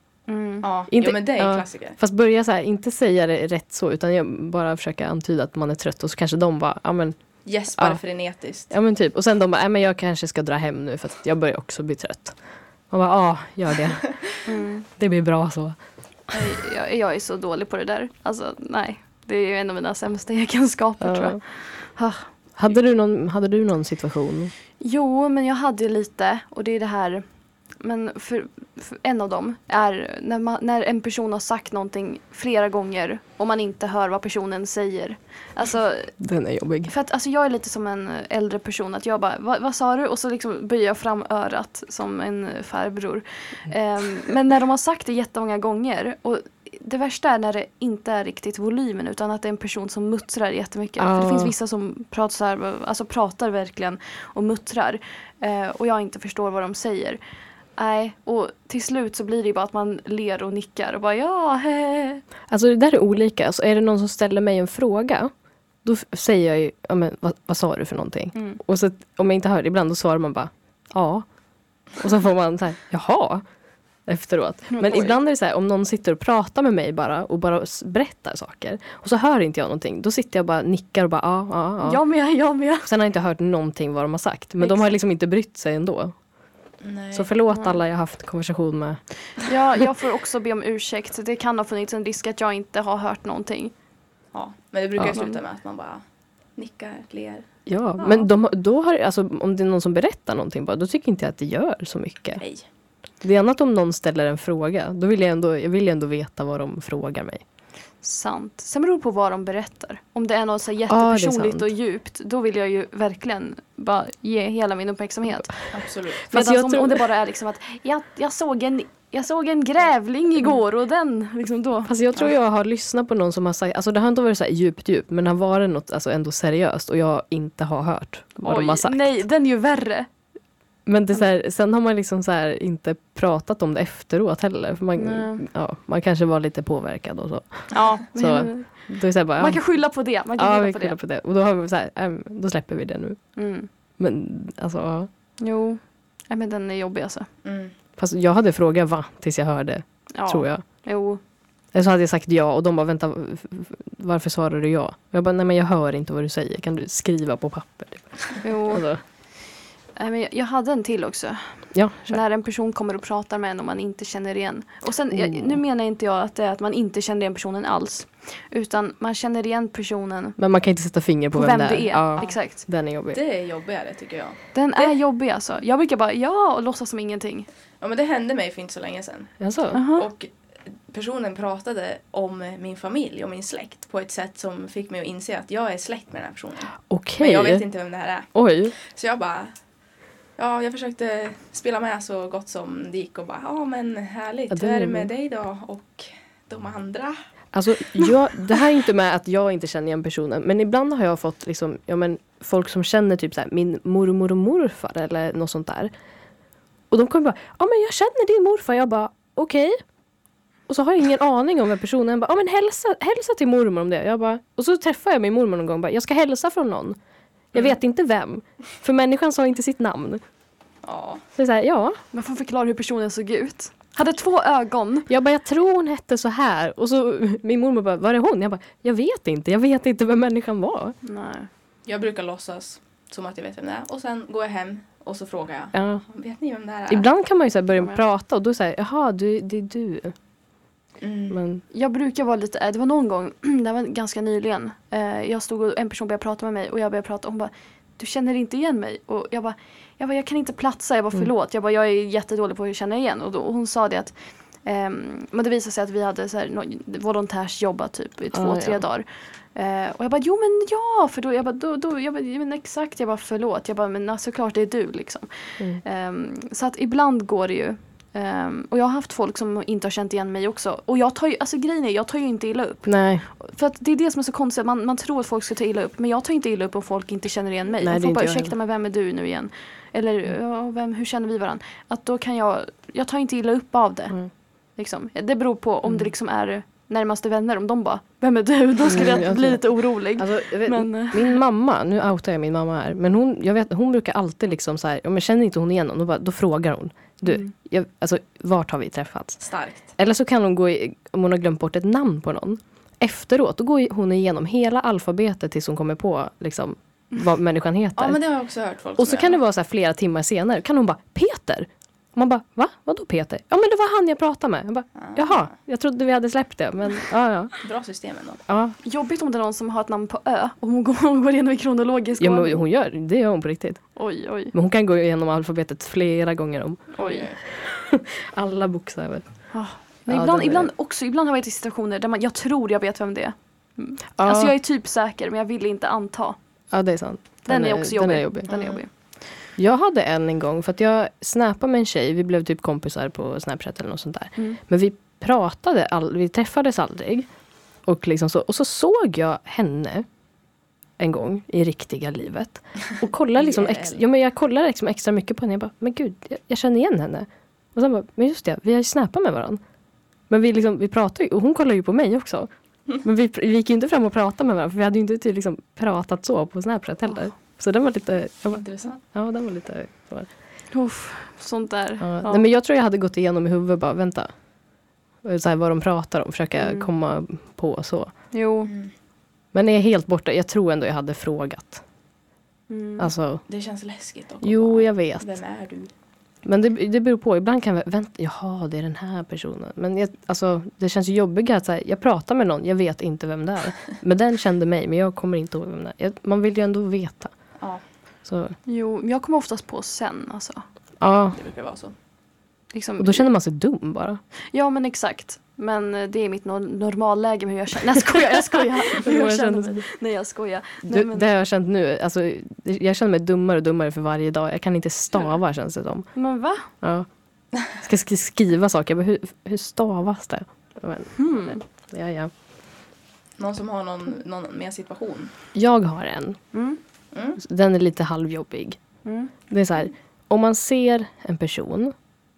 Men det är en klassiker. Fast börja så här, inte säga det rätt så, utan jag bara försöka antyda att man är trött, och så kanske de bara, gäspar frenetiskt. Ja men typ, och sen de bara, men jag kanske ska dra hem nu för att jag börjar också bli trött. Man bara, gör det. Det blir bra så. Jag är så dålig på det där. Alltså nej, det är ju en av mina sämsta egenskaper tror jag. Hade du någon situation? Jo, men jag hade lite, och det är det här. Men för en av dem är när en person har sagt någonting flera gånger och man inte hör vad personen säger. Alltså, den är jobbig. För att alltså, jag är lite som en äldre person, att jag bara, vad sa du? Och så liksom böjer jag fram örat som en farbror. Men när de har sagt det jättemånga gånger, och det värsta är när det inte är riktigt volymen, utan att det är en person som muttrar jättemycket. För det finns vissa som pratar verkligen och muttrar, och jag inte förstår vad de säger. Nej, och till slut så blir det bara att man ler och nickar och bara he. Alltså det där är olika. Alltså, är det någon som ställer mig en fråga, då säger jag ju, vad sa du för någonting? Och så om jag inte hör det ibland, då svarar man bara, ja. Och så får man så här, jaha, efteråt. Men ibland är det så här, om någon sitter och pratar med mig bara och bara berättar saker, och så hör inte jag någonting, då sitter jag bara nickar och bara, ja. Jag med. Sen har jag inte hört någonting vad de har sagt. Men de har liksom inte brytt sig ändå. Nej. Så förlåt alla jag haft konversation med. Ja, jag får också be om ursäkt. Det kan ha funnits en risk att jag inte har hört någonting. Ja, men det brukar Ja. sluta med att man bara nickar, ler. Ja, men då har, alltså, om det är någon som berättar någonting bara, då tycker inte jag att det gör så mycket. Nej. Det är annat om någon ställer en fråga. Då vill jag vill ändå veta vad de frågar mig. Sant. Sen beror det på vad de berättar. Om det är något så det är jättepersonligt sant. och djupt, då vill jag ju verkligen bara ge hela min uppmärksamhet. Absolut. Fast Medan jag om det bara är liksom att jag såg en grävling igår och den liksom då. Fast jag tror jag har lyssnat på någon som har sagt, alltså det har inte varit så här djupt, men det har varit något alltså ändå seriöst och jag inte har hört vad de har sagt. Nej, den är ju värre. Men det är så här, sen har man liksom så här inte pratat om det efteråt heller. För man kanske var lite påverkad och så. Ja, Så då är det bara, man kan skylla på det. Man kan vi skylla skyller på det. Och då har vi så här, då släpper vi det nu. Mm. Men alltså, ja. Jo, nej, men den är jobbig alltså. Mm. Fast jag hade frågat tills jag hörde, tror jag. Jo. Eller så hade jag sagt ja och de bara, vänta, varför svarar du ja? Jag bara, nej men jag hör inte vad du säger. Kan du skriva på papper? Jo. Alltså, Nej, men jag hade en till också. ja, kör. När en person kommer och pratar med en och man inte känner igen. Och sen, nu menar inte jag att det är att man inte känner igen personen alls. Utan man känner igen personen Men man kan inte sätta finger på vem det är. Ja. Exakt. Den är jobbig. Det är jobbigare tycker jag. Den är jobbig alltså. Jag brukar bara och låtsas som ingenting. Ja, men det hände mig för inte så länge sedan. Alltså, Och personen pratade om min familj och min släkt på ett sätt som fick mig att inse att jag är släkt med den här personen. okej. Men jag vet inte vem det här är. Oj. Så jag bara, jag försökte spela med så gott som det gick och bara, ja men härligt, Ja, det hur är är det bra. med dig då och de andra? Alltså, det här är inte med att jag inte känner igen personen. Men ibland har jag fått liksom, folk som känner typ så här, min mormor och morfar eller något sånt där. Och de kommer bara, ja men jag känner din morfar. Jag bara, okej. Och så har jag ingen aning om vem personen är. Jag bara, ja men hälsa till mormor om det. Jag bara, och så träffar jag min mormor någon gång och bara, jag ska hälsa från någon. Jag vet inte vem. För människan sa inte sitt namn. Ja. Så det är så här, ja. Man får förklara hur personen såg ut. Hade 2 ögon. Jag bara, jag tror hon hette så här. Och så min mormor bara, var är hon? Jag bara, jag vet inte vem människan var. Nej. Jag brukar låtsas som att jag vet vem det är. Och sen går jag hem och så frågar jag. Ja. Vet ni vem det här är? Ibland kan man ju så här börja prata och då säger jaha, det är du. Mm. Men, Jag brukar vara lite, det var någon gång, det var ganska nyligen. Jag stod och en person började prata med mig och jag började prata och hon bara, du känner inte igen mig? Och jag bara, jag kan inte platsa, jag bara förlåt. Jag är jättedålig på att känna igen. Och hon sa det att, men det visade sig att vi hade så här, volontärsjobbat typ i 2-3 dagar. Och jag bara, jo men ja, för då men exakt, jag bara förlåt. Jag bara, men såklart det är du liksom. Så att ibland går det ju. Och jag har haft folk som inte har känt igen mig också. Och jag tar ju, alltså grejen är, jag tar ju inte illa upp. nej. För att det är det som är så konstigt, man tror att folk ska ta illa upp. Men jag tar inte illa upp om folk inte känner igen mig. Nej, Om det är folk bara, inte jag ursäkta mig, vem är du nu igen? Eller, hur känner vi varandra? Att då kan jag tar inte illa upp av det. Liksom. Det beror på om det liksom är närmaste vänner. Om de bara, vem är du? Då skulle jag bli lite orolig. Alltså, jag vet, Men, min mamma, nu outar jag min mamma här. Men hon brukar alltid liksom så här, men känner inte hon igen någon? Då frågar hon. Du, alltså, vart har vi träffats? Starkt. Eller så kan hon om hon har glömt bort ett namn på någon. Efteråt, då går hon igenom hela alfabetet tills hon kommer på liksom, vad människan heter. Ja, men det har jag också hört folk och så som kan gör. det vara så här flera timmar senare. Kan hon bara, Peter? Och man bara, va? Vadå Peter? Ja men det var han jag pratade med. Jag bara, jaha, jag trodde vi hade släppt det. Men ja. Bra system ändå. Ja. jobbigt om det är någon som har ett namn på Ö. Och hon går igenom i kronologisk Ja, ordning. men det gör hon på riktigt. Oj. Men hon kan gå igenom alfabetet flera gånger om. Oj. Alla bokstäver. Men Ja, ibland har jag varit i situationer där jag tror jag vet vem det är. Ja. Alltså jag är typ säker men jag vill inte anta. Ja, det är sant. Den är också jobbig. Den är jobbig. Jag hade en gång för att jag snappade med en tjej. Vi blev typ kompisar på Snapchat eller något sånt där. Men vi träffades aldrig. Och, liksom och så såg jag henne en gång i riktiga livet. Och kollade liksom jag kollade liksom extra mycket på henne. Jag bara, men gud, jag känner igen henne. Och sen bara, men just det, vi har ju snappat med varandra. Men vi pratade ju, och hon kollade ju på mig också. Men vi gick ju inte fram och pratade med varandra. För vi hade ju inte liksom pratat så på Snapchat heller. Så den var lite... Intressant. Ja, den var lite... Sånt där. Ja. Ja. Nej, men jag tror jag hade gått igenom i huvudet bara, vänta. Så här, vad de pratar om, försöka komma på så. Jo. Men jag är helt borta. Jag tror ändå jag hade frågat. Alltså, Det känns läskigt också. jo, jag vet. Vem är du? Men det beror på. Ibland kan jag vänta, jaha, det är den här personen. Men det känns ju jobbigt att så här, jag pratar med någon, jag vet inte vem det är. Men den kände mig, men jag kommer inte ihåg vem det är. Man vill ju ändå veta. Ja. Så. Jo, jag kommer oftast på sen alltså. Ja. Det brukar vara så. Liksom, Och då känner man sig dum bara. Ja, men exakt. Men det är mitt normalläge med hur jag känner. Nej, jag skojar. Nej, jag skojar. Nej, men... Det har jag känt nu. Alltså, jag känner mig dummare och dummare för varje dag. Jag kan inte stava, känns det som. Men va? Ja. Ska skriva saker. Men hur stavas det? Men, ja. Någon som har någon mer situation? Jag har en. Den är lite halvjobbig. Det är så här. Om man ser en person,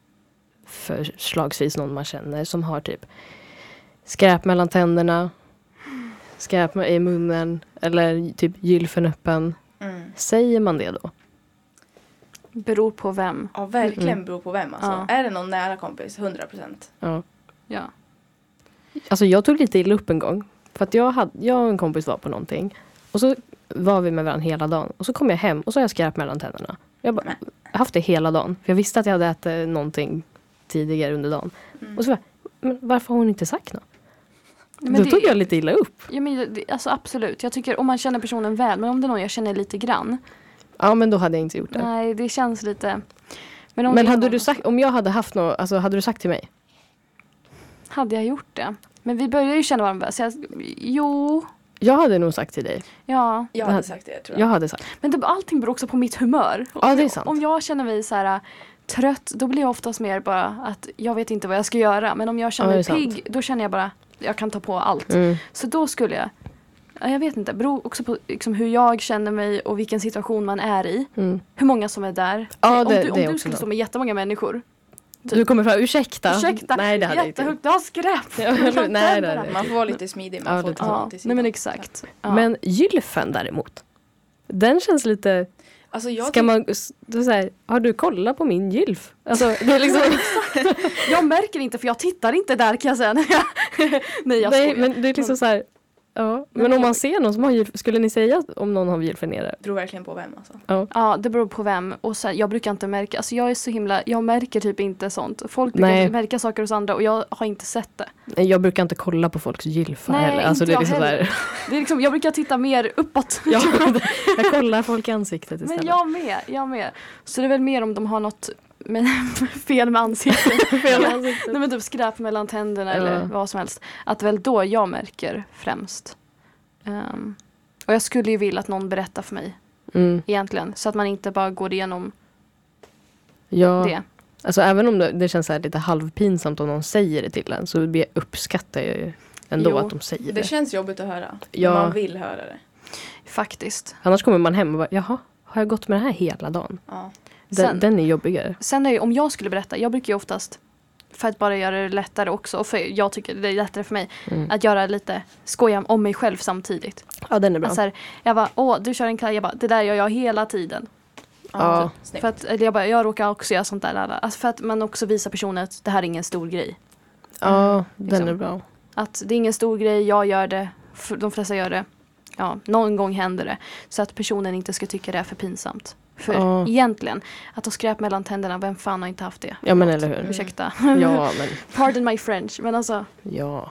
förslagsvis någon man känner, som har typ skräp mellan tänderna, skräp i munnen eller typ gylfen öppen. Säger man det då? Beror på vem? Ja, verkligen beror på vem. Alltså. Ja. Är det någon nära kompis? 100%. Ja. Alltså jag tog lite illa upp en gång. För att jag och en kompis var på någonting. Och så var vi med varandra hela dagen. Och så kom jag hem och så har jag skräp mellan tänderna. Jag har haft det hela dagen. För jag visste att jag hade ätit någonting tidigare under dagen. Och så var men varför har hon inte sagt något? Men då tog jag lite illa upp. Ja, men alltså absolut. Jag tycker om man känner personen väl. Men om det är någon jag känner lite grann. Ja, men då hade jag inte gjort det. Nej, det känns lite... Men hade du sagt, om jag hade haft något, alltså hade du sagt till mig? Hade jag gjort det? Men vi börjar ju känna varandra. Så jag hade nog sagt till dig. Ja. Jag hade sagt det, tror jag. Jag hade sagt. Men allting beror också på mitt humör. Ja, det är sant. Om jag känner mig så här trött, då blir jag oftast mer bara att jag vet inte vad jag ska göra. Men om jag känner mig pigg, då känner jag bara jag kan ta på allt. Så då skulle jag vet inte, beror också på liksom, hur jag känner mig och vilken situation man är i. Hur många som är där. Ja, om du skulle stå med jättemånga människor. Typ. Du kommer fram, ursäkta. Nej, det hade jag inte. Du har skräp. Nej, man får vara lite smidig. Man får ta till nej, men exakt. Ja. Men gylfen däremot, den känns lite... Alltså ska man säga, har du kollat på min gylf? Alltså, det är liksom... jag märker inte, för jag tittar inte där, kan jag säga. Nej, men det är liksom så här... Ja, men om man ser någon som har gylf, skulle ni säga om någon har gylfen nere? Det beror verkligen på vem alltså. Ja, det beror på vem. Och så, jag brukar inte märka, alltså jag märker typ inte sånt. Folk brukar märka saker hos andra och jag har inte sett det. Nej, jag brukar inte kolla på folks gylfar heller. Alltså, det är liksom heller. Det är liksom, jag brukar titta mer uppåt. Jag kollar folk i ansiktet istället. Men jag med. Så det är väl mer om de har något fel med ansiktet. Nej, men typ skräp mellan tänderna eller vad som helst. Att väl då jag märker främst. Och jag skulle ju vilja att någon berättar för mig. Egentligen. Så att man inte bara går igenom det. Alltså även om det känns så här lite halvpinsamt om någon säger det till en, så uppskattar jag ju ändå att de säger det. Det känns jobbigt att höra. Ja. Man vill höra det. Faktiskt. Annars kommer man hem och bara, jaha, har jag gått med det här hela dagen? Ja. Den är jobbigare. Sen är det, om jag skulle berätta, jag brukar ju oftast, för att bara göra det lättare också, och för jag tycker det är lättare för mig att göra lite skoja om mig själv samtidigt. Ja, den är bra. Alltså, jag bara, du kör en kläd, jag bara, det där gör jag hela tiden. Ja. För att, eller jag råkar också göra sånt där. Alltså för att man också visar personen att det här är ingen stor grej. Ja, den är bra. Att det är ingen stor grej, jag gör det, de flesta gör det. Ja, någon gång händer det. Så att personen inte ska tycka det är för pinsamt. För egentligen, att ha skräp mellan tänderna, vem fan har inte haft det? Ja, men eller hur. Ursäkta. Ja, men... Pardon my French, men alltså... Ja.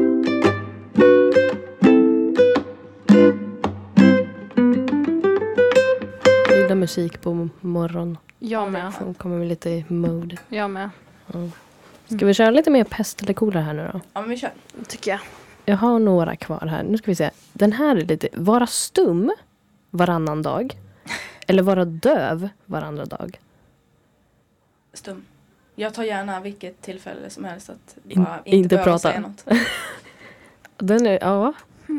Jag gillar musik på morgon. Jag med. Så kommer vi lite i mode. Jag med. Ska vi köra lite mer pest eller kolera här nu då? Ja, men vi kör. Tycker jag. Jag har några kvar här. Nu ska vi se. Den här är lite... Vara stum varannan dag. Eller vara döv varandra dag. Stum. Jag tar gärna vilket tillfälle som helst att bara inte behöva prata. säga något. Den är, ja.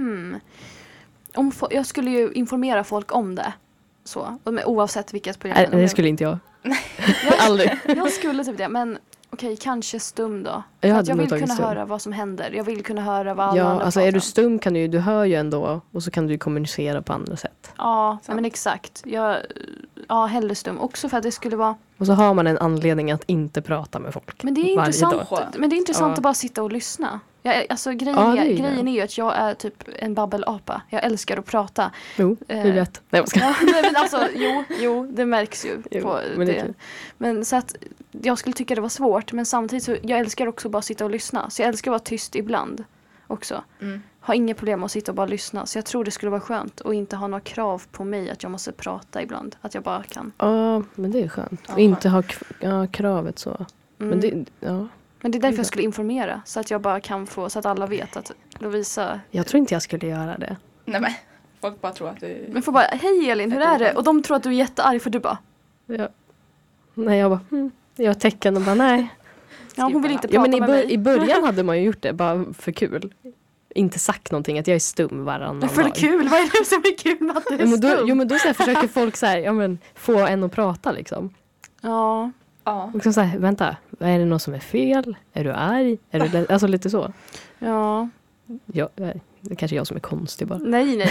Jag skulle ju informera folk om det. Så. Oavsett vilket program. Nej, det skulle inte jag. Aldrig. Jag skulle typ det, men okej, kanske stum då. Jag vill kunna höra vad som händer. Jag vill kunna höra vad alla andra alltså pratar är du om. stum kan du hör ju ändå. Och så kan du kommunicera på andra sätt. Ja, men exakt. Hellre stum. Också för att det skulle vara... Och så har man en anledning att inte prata med folk. Men det är intressant, att bara sitta och lyssna. Alltså grejen är ju att jag är typ en babbelapa. Jag älskar att prata. Jo, vi vet. Nej, men alltså, jo, det märks ju på men det. Men så att jag skulle tycka det var svårt, men samtidigt så jag älskar också bara sitta och lyssna. Så jag älskar att vara tyst ibland också. Har inga problem att sitta och bara lyssna. Så jag tror det skulle vara skönt och inte ha några krav på mig att jag måste prata ibland. Att jag bara kan. Ja, men det är skönt. Och inte ha kravet så. Men Men det är därför jag skulle informera. Så att jag bara kan få, så att alla vet att Lovisa... Jag tror inte jag skulle göra det. Nej men, folk bara tror att du... Men får bara, hej Elin, hur är det? Och de tror att du är jättearg för du bara... Ja. Nej, jag bara, jag har tecken och bara, nej. Ja, hon vill inte prata med mig. I början hade man ju gjort det, bara för kul. Inte sagt någonting, att jag är stum varannan dag. För kul, vad är det som är kul med att du är stum? Men då så här, försöker folk så här, få en att prata liksom. Ja. Liksom så här, vänta, är det något som är fel? Är du arg? Är du alltså lite så. Ja. Det är kanske jag som är konstig bara. Nej.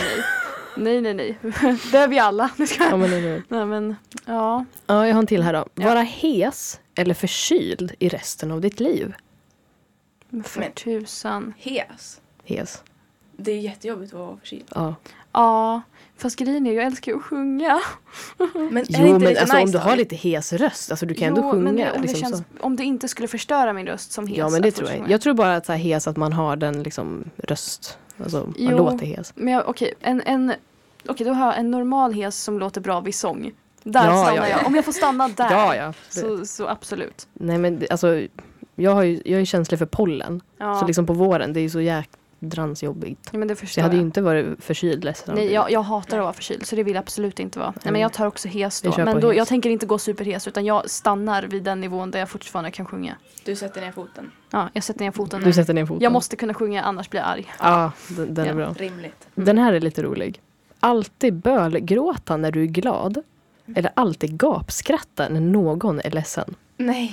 Det är vi alla. Ja, men nej, men ja. Ja, jag har en till här då. Vara hes eller förkyld i resten av ditt liv? För tusan. Hes. Det är jättejobbigt att vara förkyld. Ja, fast grejen är jag älskar att sjunga. Men alltså, om du har lite hes röst, alltså du kan ändå sjunga. Men liksom, om det inte skulle förstöra min röst som hes. Ja, men det tror jag. Jag tror bara att så här, hes, att man har den liksom röst. Alltså, man låter hes. Men okej, då har jag en normal hes som låter bra vid sång. Där stannar jag. Om jag får stanna där, så absolut. Nej, men alltså, jag är känslig för pollen. Ja. Så liksom på våren, det är ju så jädrans jobbigt. Ja, men det förstår jag. Hade ju inte varit förkyld ledsen. Nej, jag hatar att vara förkyld, så det vill jag absolut inte vara. Nej, men jag tar också hes då. Men då, jag tänker inte gå superhes, utan jag stannar vid den nivån där jag fortfarande kan sjunga. Du sätter ner foten? Ja, jag sätter ner foten. Du sätter ner foten. Jag måste kunna sjunga, annars blir jag arg. Ja, den är bra. Rimligt. Den här är lite rolig. Alltid bölgråta när du är glad. Eller alltid gapskratta när någon är ledsen. Nej.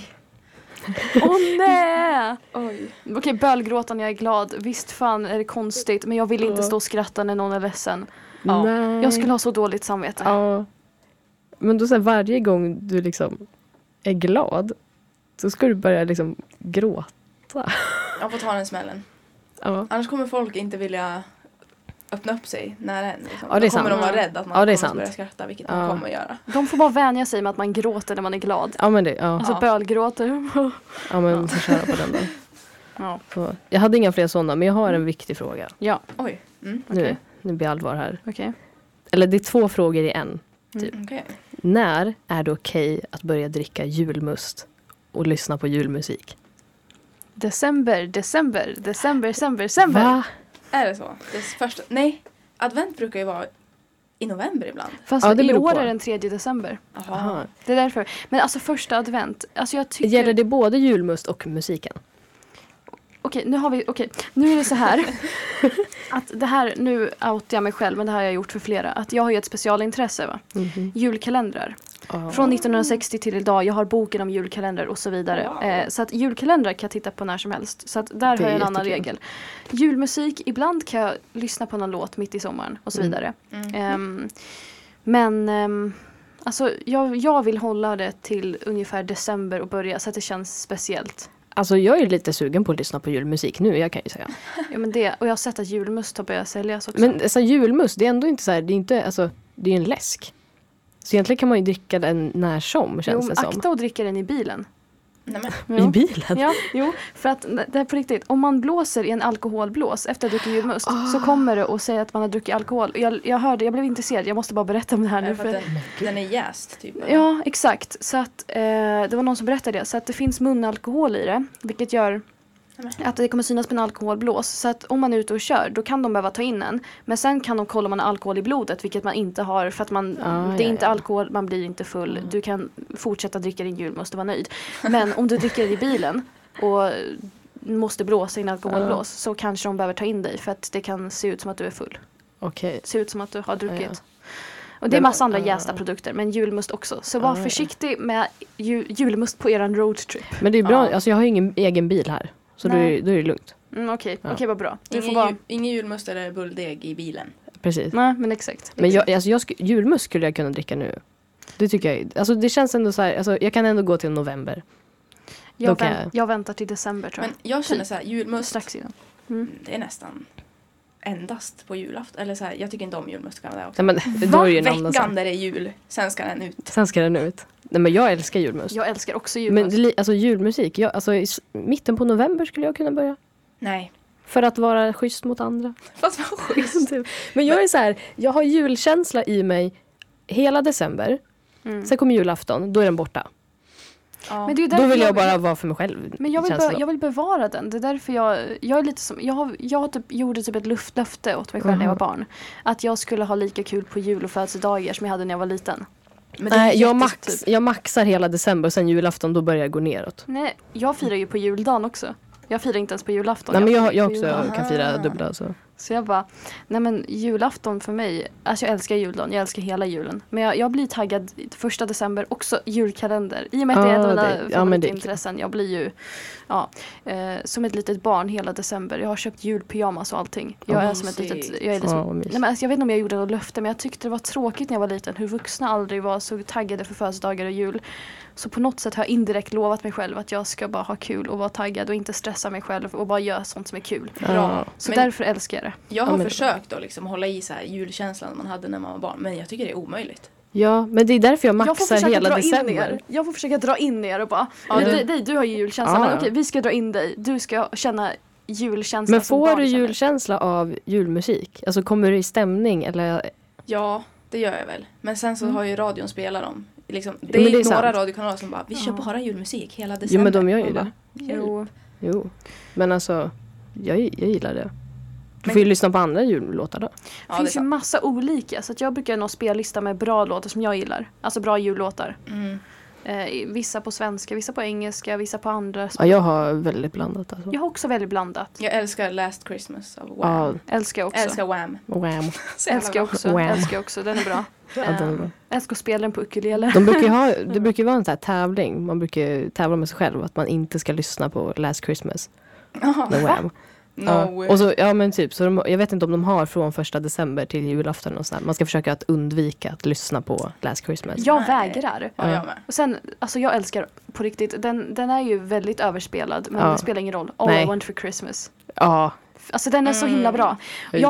Nej! Okej, bölgråta när jag är glad. Visst fan är det konstigt, men jag vill inte stå och skratta när någon är ledsen. Ja. Nej. Jag skulle ha så dåligt samvete. Ja. Men då så här, varje gång du liksom är glad, så ska du börja liksom gråta. Jag får ta den smällen. Ja. Annars kommer folk inte vilja öppna upp sig nära en. Liksom. Ja, det är då kommer sant. de vara rädda att man kommer börja skratta, vilket man kommer att göra. De får bara vänja sig med att man gråter när man är glad. Ja, men det, ja. Alltså bölgråter. Ja, men får köra på den då. Ja. Så, jag hade inga fler sådana, men jag har en viktig fråga. Ja. Oj. Nu blir allvar här. Okay. Eller det är 2 frågor i en. Typ. Okay. När är det okej att börja dricka julmust och lyssna på julmusik? December. Va? Är det så? Nej, advent brukar ju vara i november ibland. Fast i år är den 3 december. Aha. Det är därför. Men alltså första advent. Alltså jag tycker... Gäller det både julmust och musiken? Okej, nu är det så här. Att det här, nu outar jag mig själv, men det här har jag gjort för flera. Att jag har ju ett specialintresse, va? Mm-hmm. Julkalendrar. Från 1960 till idag. Jag har boken om julkalendrar och så vidare. Wow. Så att julkalendrar kan jag titta på när som helst. Så att där har jag en annan regel. Julmusik, ibland kan jag lyssna på någon låt mitt i sommaren och så vidare. Alltså jag vill hålla det till ungefär december och börja så att det känns speciellt. Alltså jag är lite sugen på att lyssna på julmusik nu, jag kan ju säga. Ja, men det, och jag har sett att julmust har börjat säljas också. Men alltså, julmust, det är ändå inte så här, det är inte, alltså, det är en läsk. Så egentligen kan man ju dricka den när som, känns det som. Akta att dricka den i bilen. Nej, i bilen? Ja, för att det är på riktigt. Om man blåser i en alkoholblås efter att ha druckit julmust så kommer det att säga att man har druckit alkohol. Jag hörde, jag blev intresserad, jag måste bara berätta om det här nu. För den är jäst typ. Ja, exakt. Så att det var någon som berättade det. Så att det finns munalkohol i det, vilket gör att det kommer synas på en alkoholblås. Så att om man är ute och kör, då kan de behöva ta in en. Men sen kan de kolla om man har alkohol i blodet, vilket man inte har. För att det är inte alkohol, man blir inte full. Du kan fortsätta dricka din julmust och vara nöjd. Men om du dricker i bilen och måste blåsa i en alkoholblås, så kanske de behöver ta in dig. För att det kan se ut som att du är full. Okej. Se ut som att du har druckit. Och det är massa andra jästa produkter, men julmust också. Så var försiktig med julmust på eran roadtrip. Men det är bra, alltså jag har ingen egen bil här. Så då är det lugnt. Okej, vad bra. Ingen julmust eller bulldeg i bilen. Precis. Nej, men exakt. Men julmust skulle jag kunna dricka nu. Det tycker jag. Alltså det känns ändå så här, alltså jag kan ändå gå till november. Jag väntar till december tror jag. Men jag känner så här, julmust. Strax innan. Det är nästan endast på julafton. Eller så här, jag tycker inte om julmust kan det också. Nej, men då är det ju en annan sak. Veckan där det är jul, sen ska den ut. Nej, men jag älskar julmust. Jag älskar också julmust. Men alltså julmusik, i mitten på november skulle jag kunna börja. Nej. För att vara schysst mot andra. Fast vad schysst. Men jag är så här, jag har julkänsla i mig hela december. Sen kommer julafton, då är den borta. Ja. Men det är då vill jag bara vara för mig själv. Men jag vill bevara den. Det är därför jag är lite som jag gjorde typ ett luftlöfte åt mig själv när jag var barn. Att jag skulle ha lika kul på jul och födelsedagar som jag hade när jag var liten. Men det är jag maxar hela december och sen julafton då börjar jag gå neråt. Nej, jag firar ju på juldagen också. Jag firar inte ens på julafton. Nej, men jag också kan fira dubbla. Så jag bara, nej men julafton för mig, alltså jag älskar juldagen, jag älskar hela julen. Men jag blir taggad 1 december, också julkalender. I och med att det är ett av mina favoritintressen. Jag blir ju som ett litet barn hela december. Jag har köpt julpyjamas och allting. Jag är som ett litet, nej men alltså, jag vet inte om jag gjorde något löfte, men jag tyckte det var tråkigt när jag var liten. Hur vuxna aldrig var så taggade för födelsedagar och jul. Så på något sätt har jag indirekt lovat mig själv att jag ska bara ha kul och vara taggad och inte stressa mig själv och bara göra sånt som är kul. Bra. Så därför älskar jag det. Jag har försökt att liksom hålla i så här julkänslan man hade när man var barn, men jag tycker det är omöjligt. Ja, men det är därför jag maxar hela december. Jag får försöka dra in er och bara, du har ju julkänsla, men okej, vi ska dra in dig. Du ska känna julkänsla. Men får du julkänsla av julmusik? Alltså kommer du i stämning eller? Ja, det gör jag väl. Men sen så har ju radion spelat dem. Liksom, det är några radiokanaler som bara, vi kör bara julmusik hela december. Jo, men de gör ju det. Jo. Men alltså, jag gillar det. Du får ju lyssna på andra jullåtar då. Det finns ju massa olika. Så att jag brukar nog spellista med bra låtar som jag gillar. Alltså bra jullåtar. Vissa på svenska, vissa på engelska, vissa på andra språk. Ja, jag har väldigt blandat. Alltså. Jag har också väldigt blandat. Jag älskar Last Christmas av Wham. Älskar jag också. Älskar Wham. Älskar jag också. Den är bra. Älskar att spela den på ukulele. Det brukar vara en sån här tävling. Man brukar tävla med sig själv att man inte ska lyssna på Last Christmas. Med Wham. Och så, men typ, så jag vet inte om de har från 1 december till julafton och sådär. Man ska försöka att undvika att lyssna på Last Christmas. Jag vägrar. Ja, jag med. Och sen, alltså jag älskar på riktigt, den är ju väldigt överspelad, men det spelar ingen roll. All I Want for Christmas. Ja. Alltså den är så himla bra.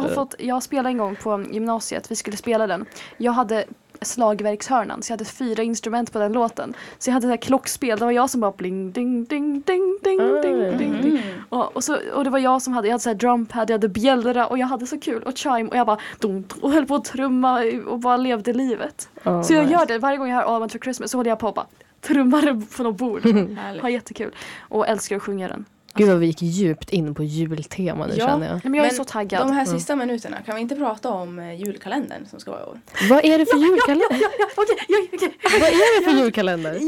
Jag spelade en gång på gymnasiet, vi skulle spela den. Jag hade slagverkshörnan, så jag hade 4 instrument på den låten. Så jag hade det här klockspel, det var jag som bara bling ding ding ding ding ding ding. Och det var jag som hade så här drumpad, jag hade bjällra och jag hade så kul och chime och jag bara och höll på att trumma och bara levde livet. Så jag gör det varje gång jag hör All I Want for Christmas, så håller jag på och bara trummar på något bord. Har jättekul och älskar att sjunga den. Gud vad vi gick djupt in på jultema nu känner jag. Men jag är så taggad. De här sista minuterna, kan vi inte prata om julkalendern som ska vara i år? Vad är det för julkalender? Okej. Vad är det för julkalender?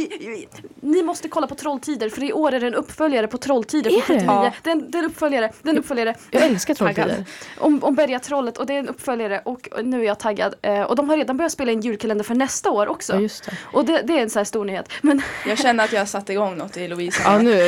Ni måste kolla på Trolltider, för i år är det en uppföljare på Trolltider på 79. Ja. Den uppföljare. Jag älskar Trolltider. Om Bergatrollet, och det är en uppföljare och nu är jag taggad. Och de har redan börjat spela en julkalender för nästa år också. Ja, just det. Och det är en så här stor nyhet. Men jag känner att jag har satt igång något i Lovisa. Ja, nu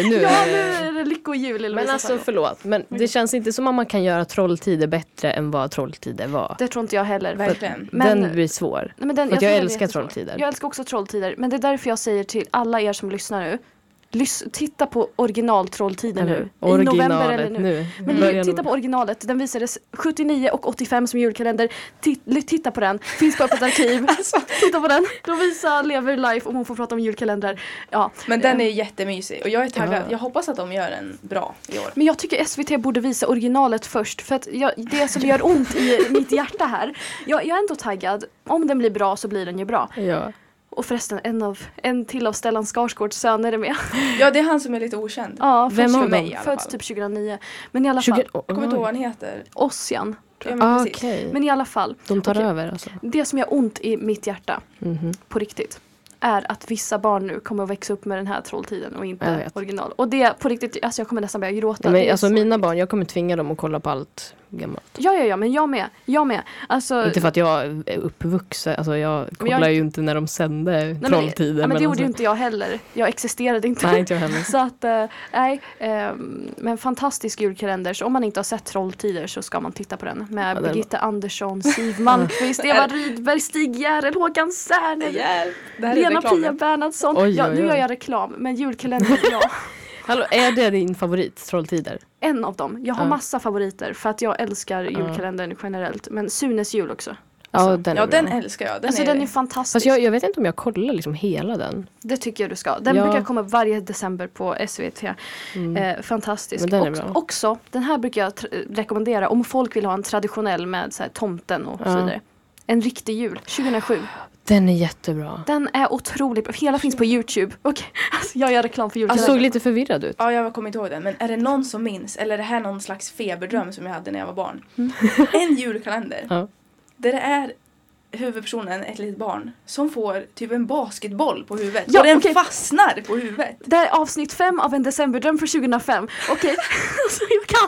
är det lycko och jul. Men alltså förlåt, men det känns inte som att man kan göra Trolltider bättre än vad Trolltider var. Det tror inte jag heller. Verkligen. Den blir svår. Nej, men jag älskar Trolltider. Jag älskar också Trolltider, men det är därför jag säger till alla er som lyssnar nu, titta på original Trolltider nu. I november eller nu. Men titta på originalet. Den visades 79 och 85 som julkalender. Titta på den. Finns på öppet arkiv. Titta på den. Lovisa lever life och hon får prata om julkalendrar. Ja. Men den är jättemysig och jag är taggad. Jag hoppas att de gör den bra i år. Men jag tycker SVT borde visa originalet först. För att det som gör ont i mitt hjärta här. Jag är ändå taggad. Om den blir bra så blir den ju bra. Ja. Och förresten, en till av Stellan Skarsgårds söner är med. Ja, det är han som är lite okänd. Ja, vem av mig föds typ 2009. Men i alla fall. Jag kommer inte ihåg vad han heter. Ossian. Okay. Men i alla fall. De tar över alltså. Det som gör ont i mitt hjärta, på riktigt, är att vissa barn nu kommer att växa upp med den här Trolltiden och inte original. Och det på riktigt, alltså jag kommer nästan börja gråta. Ja, men alltså mina barn, jag kommer tvinga dem att kolla på allt gammalt. Ja, men jag med. Alltså, inte för att jag är uppvuxen, alltså jag kollar ju inte när de sände Trolltider. Men det gjorde ju inte jag heller. Jag existerade inte. Nej, inte jag heller. Så att, men fantastisk julkalender. Så om man inte har sett Trolltider så ska man titta på den. Med Birgitta Andersson, Siv Malmqvist, Eva Rydberg, Stig Järrel, Håkan Särner, Lena Pia Bernhardsson. Nu gör jag reklam, men julkalender, Hallå, är det din favorit, Trolltider? En av dem. Jag har massa favoriter för att jag älskar julkalendern generellt. Men Sunes jul också. Ja, den är bra. Den älskar jag. Den är fantastisk. Fast jag vet inte om jag kollar liksom hela den. Det tycker jag du ska. Den brukar komma varje december på SVT. Fantastisk. Men den är bra. Också, den här brukar jag rekommendera om folk vill ha en traditionell med så här, tomten och så vidare. En riktig jul, 2007. Den är jättebra. Den är otroligt bra. Hela finns på YouTube. Okej, alltså, jag gör reklam för julkalendern. Du såg lite förvirrad ut. Ja, jag kommer inte ihåg den. Men är det någon som minns? Eller är det här någon slags feberdröm som jag hade när jag var barn? En julkalender. Där det är huvudpersonen, ett litet barn, som får typ en basketboll på huvudet. Ja, och den fastnar på huvudet. Det är avsnitt 5 av en decemberdröm för 2005. Okej, alltså jag kan.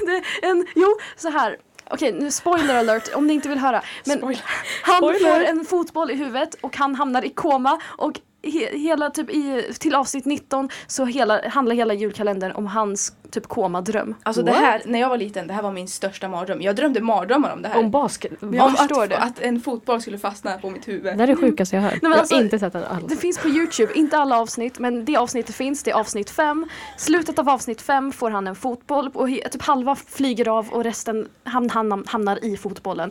Så här. Okej, nu spoiler alert om ni inte vill höra. Men han får en fotboll i huvudet och han hamnar i koma och hela typ till avsnitt 19 så handlar hela julkalendern om hans typ komadröm. Alltså det här, när jag var liten, det här var min största mardröm. Jag drömde mardrömmar om det här. Om basket? Jag förstår det. Att en fotboll skulle fastna på mitt huvud. Det är det sjukaste jag hört. Jag har inte sett den alls. Det finns på YouTube, inte alla avsnitt, men det avsnittet finns, det är avsnitt 5. Slutet av avsnitt 5 får han en fotboll och typ halva flyger av och resten hamnar i fotbollen.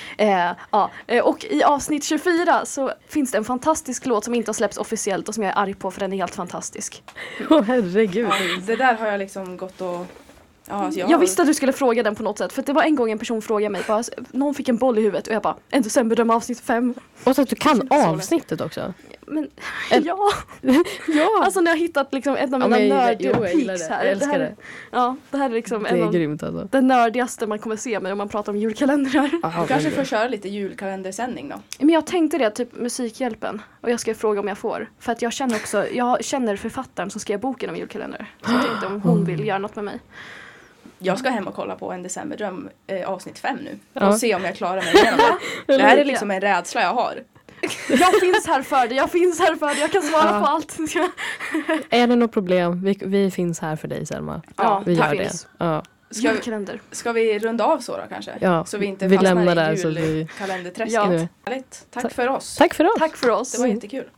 Och i avsnitt 24 så finns det en fantastisk låt som inte har släppts officiellt och som jag är arg på för den är helt fantastisk. Herregud. Ja, det där har jag liksom gått och... Jag visste att du skulle fråga den på något sätt. För det var en gång en person frågade mig bara, någon fick en boll i huvudet och jag bara, en decemberdröm avsnitt 5. Och så att du kan avsnittet också. Men ja. Alltså när jag har hittat liksom ett av mina nördiga peaks här. Jag älskar det. Ja, det här är liksom det är grymt alltså. Den nördigaste man kommer se med om man pratar om julkalendrar. Du kanske får köra lite julkalendersändning då. Men jag tänkte det, typ Musikhjälpen. Och jag ska fråga om jag får. För att jag känner författaren som skrev boken om julkalendrar. Så jag tänkte om hon vill göra något med mig. Jag ska hem och kolla på en decemberdröm avsnitt 5 nu. Och se om jag klarar mig igenom det. Det här är liksom en rädsla jag har. Jag finns här för dig, jag kan svara på allt. Är det något problem? Vi finns här för dig, Selma. Ja, vi gör det. Ja. Ska vi runda av så då kanske? Ja, så vi inte fastnar i julkalenderträsket. Ja. Tack för oss. Tack för oss. Det var jättekul.